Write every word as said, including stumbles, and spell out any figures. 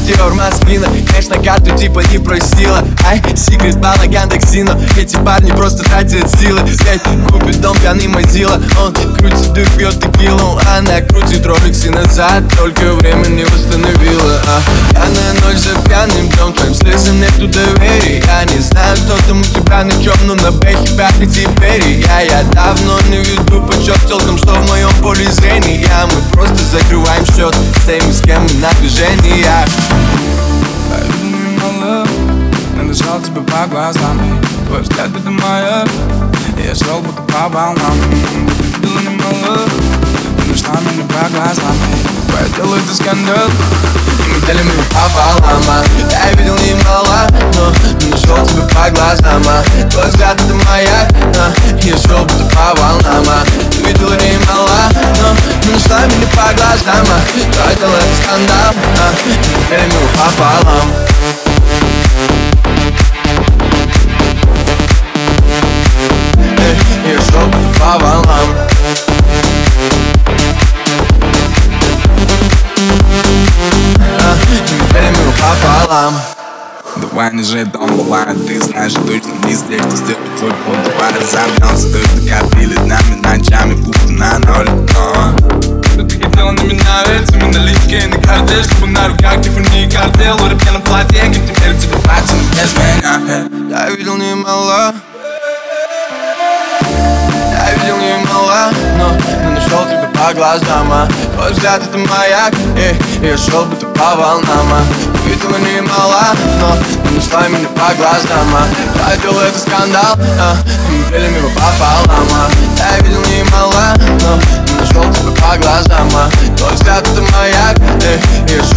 Метеор Москвина, конечно, карту типа не просила. Ай, секрет по ногам токсину. Эти парни просто тратят силы. Блять, купит дом пьяный мазила. Он крутит дых, пьет текилу. Она крутит роликсы назад, только время не восстановила. а. Пьяная ночь за пьяным днем, твоим слезам нету доверия. Я не знаю, кто там у тебя на чем, но на бэхе пятый теперь. Я, я давно не веду почет целком, что в моем поле зрения. Мы просто закрываем счет с теми, с кем мы на движениях. Я дышал тебе по глазам, твой взгляд это моя. Я шел будто по волнам. Ты видела немало, ты нашла меня по глазам. Твое тело это скандал, и мы делим его пополам. Я видел немало, но нашел тебя по глазам. Твой взгляд это маяк, я шел будто по волнам. Ты видела немало, но нашла меня по глазам. Твое тело это скандал, и мы делим его пополам. Я шел будто по волнам. Пополам. Давай не жить, дом бывает. Ты знаешь точно не здесь, ты сделай твой пол. Давай разомнемся, то что копили днями, ночами, будто на ноль. Что ты хотела, но мне нравится. Мы налички на карте, чтобы на руках Тиффани картел. В рыбке на платье, как теперь тебе платье, но без меня. Я видел немало, я видел немало, но не нашел тебя по глазам. Твой взгляд это маяк, и я шел будто по волнам. Видела немало, но не нашла меня по глазам. Твое тело это скандал, и мы делим его пополам. Я видел немало, но не нашел тебя по глазам. Твой взгляд это маяк, и я